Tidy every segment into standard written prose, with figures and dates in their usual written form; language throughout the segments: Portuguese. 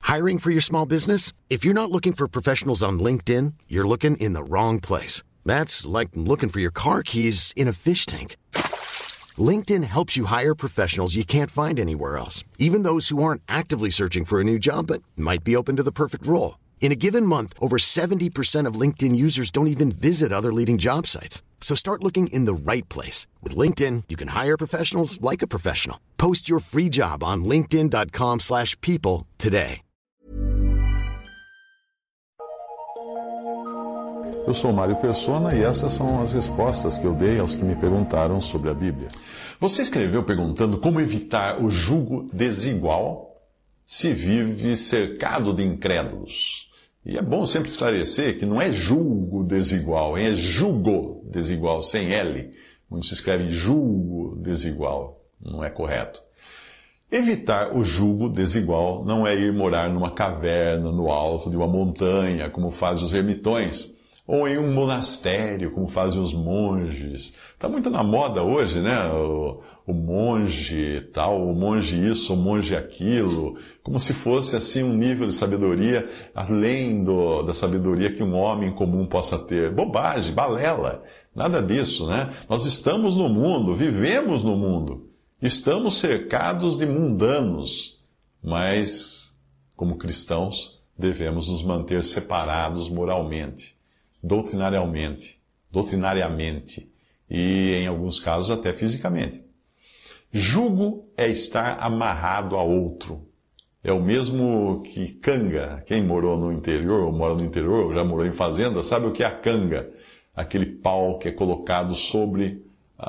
Hiring for your small business? If you're not looking for professionals on LinkedIn, you're looking in the wrong place. That's like looking for your car keys in a fish tank. LinkedIn helps you hire professionals you can't find anywhere else, even those who aren't actively searching for a new job but might be open to the perfect role. In a given month, over 70% of LinkedIn users don't even visit other leading job sites. So start looking in the right place. With LinkedIn, you can hire professionals like a professional. Post your free job on linkedin.com/people today. Eu sou Mário Persona e essas são as respostas que eu dei aos que me perguntaram sobre a Bíblia. Você escreveu perguntando como evitar o jugo desigual se vive cercado de incrédulos. E é bom sempre esclarecer que não é julgo desigual, é jugo desigual, sem L. Muitos escrevem julgo desigual, não é correto. Evitar o jugo desigual não é ir morar numa caverna no alto de uma montanha, como fazem os ermitões, ou em um monastério, como fazem os monges. Está muito na moda hoje, né? O monge tal, o monge isso, o monge aquilo, como se fosse assim um nível de sabedoria além da sabedoria que um homem comum possa ter. Bobagem, balela, nada disso, né? Nós estamos no mundo, vivemos no mundo, estamos cercados de mundanos, mas como cristãos devemos nos manter separados moralmente, doutrinariamente e em alguns casos até fisicamente. Jugo é estar amarrado a outro. É o mesmo que canga. Quem morou no interior, ou mora no interior, ou já morou em fazenda, sabe o que é a canga? Aquele pau que é colocado sobre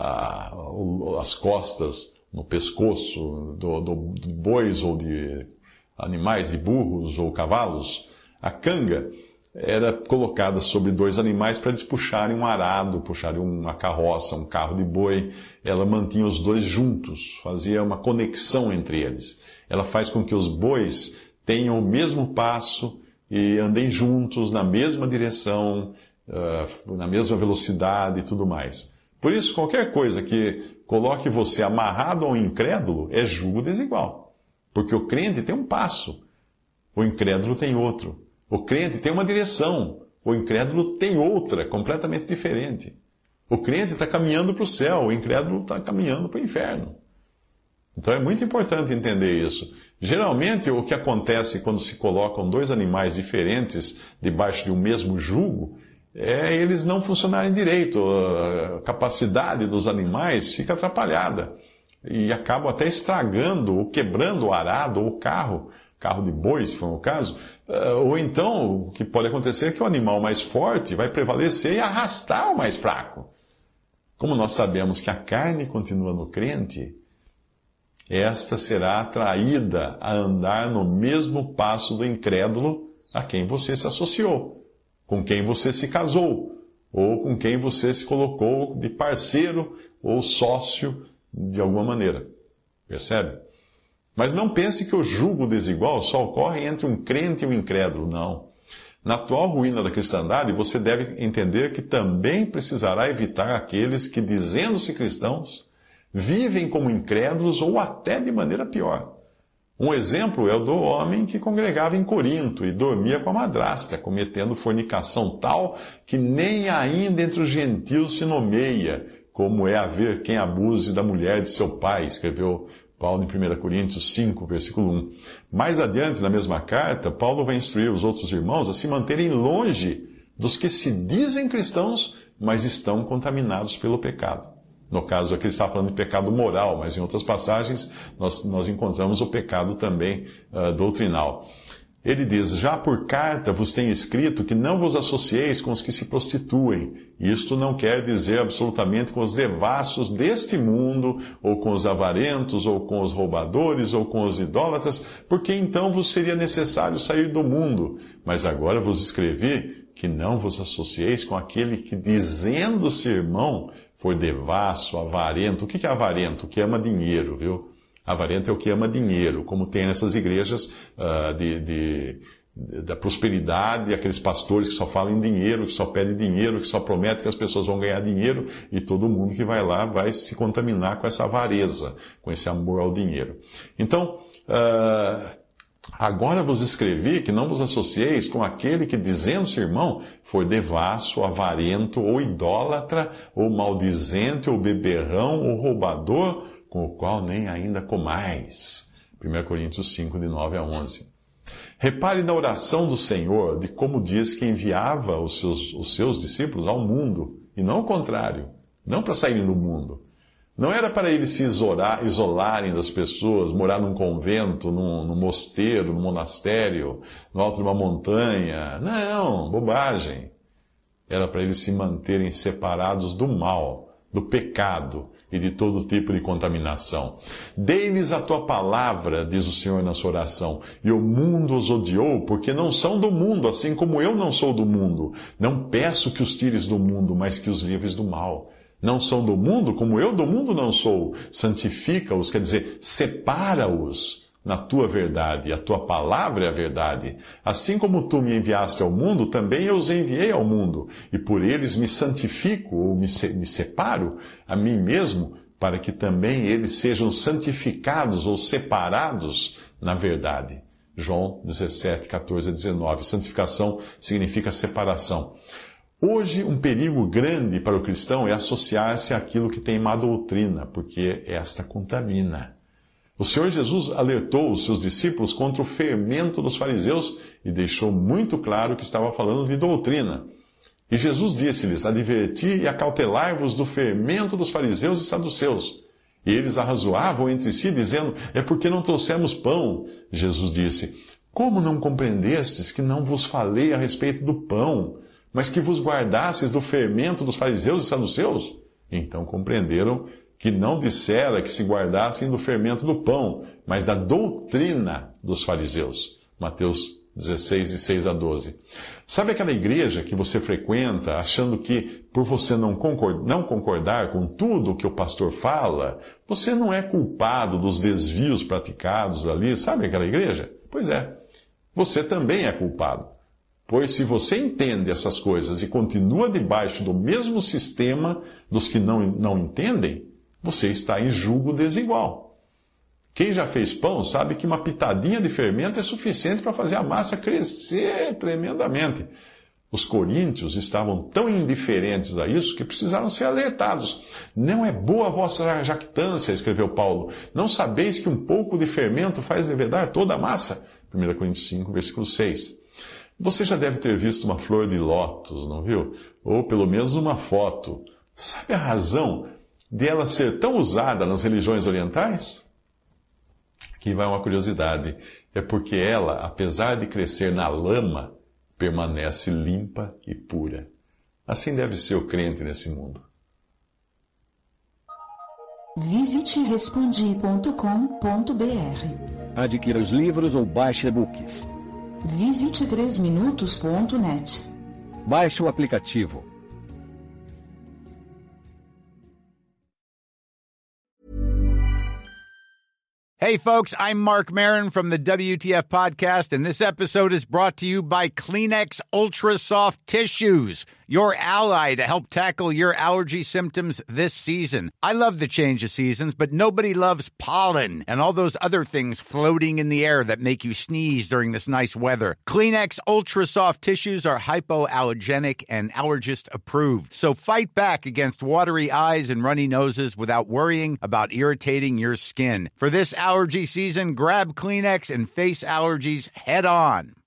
as costas, no pescoço do bois ou de animais, de burros ou cavalos. A canga era colocada sobre dois animais para eles puxarem um arado, puxarem uma carroça, um carro de boi. Ela mantinha os dois juntos, fazia uma conexão entre eles. Ela faz com que os bois tenham o mesmo passo e andem juntos na mesma direção, na mesma velocidade e tudo mais. Por isso, qualquer coisa que coloque você amarrado a um incrédulo é jugo desigual. Porque o crente tem um passo, o incrédulo tem outro. O crente tem uma direção, o incrédulo tem outra, completamente diferente. O crente está caminhando para o céu, o incrédulo está caminhando para o inferno. Então é muito importante entender isso. Geralmente o que acontece quando se colocam dois animais diferentes debaixo de um mesmo jugo é eles não funcionarem direito. A capacidade dos animais fica atrapalhada e acabam até estragando ou quebrando o arado ou o carro de boi, se for o caso, ou então o que pode acontecer é que o animal mais forte vai prevalecer e arrastar o mais fraco. Como nós sabemos que a carne continua no crente, esta será atraída a andar no mesmo passo do incrédulo a quem você se associou, com quem você se casou, ou com quem você se colocou de parceiro ou sócio de alguma maneira. Percebe? Mas não pense que o jugo desigual só ocorre entre um crente e um incrédulo, não. Na atual ruína da cristandade, você deve entender que também precisará evitar aqueles que, dizendo-se cristãos, vivem como incrédulos ou até de maneira pior. Um exemplo é o do homem que congregava em Corinto e dormia com a madrasta, cometendo fornicação tal que nem ainda entre os gentios se nomeia, como é haver quem abuse da mulher de seu pai, escreveu Paulo em 1 Coríntios 5, versículo 1. Mais adiante, na mesma carta, Paulo vai instruir os outros irmãos a se manterem longe dos que se dizem cristãos, mas estão contaminados pelo pecado. No caso aqui ele está falando de pecado moral, mas em outras passagens nós encontramos o pecado também doutrinal. Ele diz, já por carta vos tenho escrito que não vos associeis com os que se prostituem. Isto não quer dizer absolutamente com os devassos deste mundo, ou com os avarentos, ou com os roubadores, ou com os idólatras, porque então vos seria necessário sair do mundo. Mas agora vos escrevi que não vos associeis com aquele que, dizendo-se irmão, for devasso, avarento. O que é avarento? O que ama dinheiro, viu? Avarento é o que ama dinheiro, como tem nessas igrejas da prosperidade, aqueles pastores que só falam em dinheiro, que só pedem dinheiro, que só prometem que as pessoas vão ganhar dinheiro, e todo mundo que vai lá vai se contaminar com essa avareza, com esse amor ao dinheiro. Então, Agora vos escrevi que não vos associeis com aquele que, dizendo-se irmão, for devasso, avarento, ou idólatra, ou maldizente, ou beberrão, ou roubador, com o qual nem ainda comais. 1 Coríntios 5, de 9 a 11. Repare na oração do Senhor, de como diz que enviava os seus discípulos ao mundo, e não o contrário, não para saírem do mundo. Não era para eles se isolarem das pessoas, morar num convento, num mosteiro, num monastério, no alto de uma montanha. Não, bobagem. Era para eles se manterem separados do mal, do pecado e de todo tipo de contaminação. Dei-lhes a tua palavra, diz o Senhor na sua oração, e o mundo os odiou, porque não são do mundo, assim como eu não sou do mundo. Não peço que os tires do mundo, mas que os livres do mal. Não são do mundo, como eu do mundo não sou. Santifica-os, quer dizer, separa-os na tua verdade. A tua palavra é a verdade. Assim como tu me enviaste ao mundo, também eu os enviei ao mundo. E por eles me santifico, ou me separo a mim mesmo, para que também eles sejam santificados ou separados na verdade. João 17, 14 a 19. Santificação significa separação. Hoje, um perigo grande para o cristão é associar-se àquilo que tem má doutrina, porque esta contamina. O Senhor Jesus alertou os seus discípulos contra o fermento dos fariseus e deixou muito claro que estava falando de doutrina. E Jesus disse-lhes: adverti e acautelai-vos do fermento dos fariseus e saduceus. E eles arrazoavam entre si, dizendo: é porque não trouxemos pão. Jesus disse: como não compreendestes que não vos falei a respeito do pão, mas que vos guardasses do fermento dos fariseus e saduceus? Então compreenderam que não dissera que se guardassem do fermento do pão, mas da doutrina dos fariseus. Mateus 16, de 6 a 12. Sabe aquela igreja que você frequenta, achando que, por você não concordar com tudo o que o pastor fala, você não é culpado dos desvios praticados ali? Sabe aquela igreja? Pois é, você também é culpado. Pois se você entende essas coisas e continua debaixo do mesmo sistema dos que não entendem, você está em jugo desigual. Quem já fez pão sabe que uma pitadinha de fermento é suficiente para fazer a massa crescer tremendamente. Os coríntios estavam tão indiferentes a isso que precisaram ser alertados. Não é boa a vossa jactância, escreveu Paulo. Não sabeis que um pouco de fermento faz levedar toda a massa? 1 Coríntios 5, versículo 6. Você já deve ter visto uma flor de lótus, não viu? Ou pelo menos uma foto. Sabe a razão de ela ser tão usada nas religiões orientais? Aqui vai uma curiosidade. É porque ela, apesar de crescer na lama, permanece limpa e pura. Assim deve ser o crente nesse mundo. Visite respondi.com.br. Adquira os livros ou baixe e-books. Visite 3minutos.net. Baixe o aplicativo. Hey, folks, I'm Mark Maron from the WTF Podcast, and this episode is brought to you by Kleenex Ultra Soft Tissues, your ally to help tackle your allergy symptoms this season. I love the change of seasons, but nobody loves pollen and all those other things floating in the air that make you sneeze during this nice weather. Kleenex Ultra Soft Tissues are hypoallergenic and allergist approved, so fight back against watery eyes and runny noses without worrying about irritating your skin. For this allergy season, grab Kleenex and face allergies head on.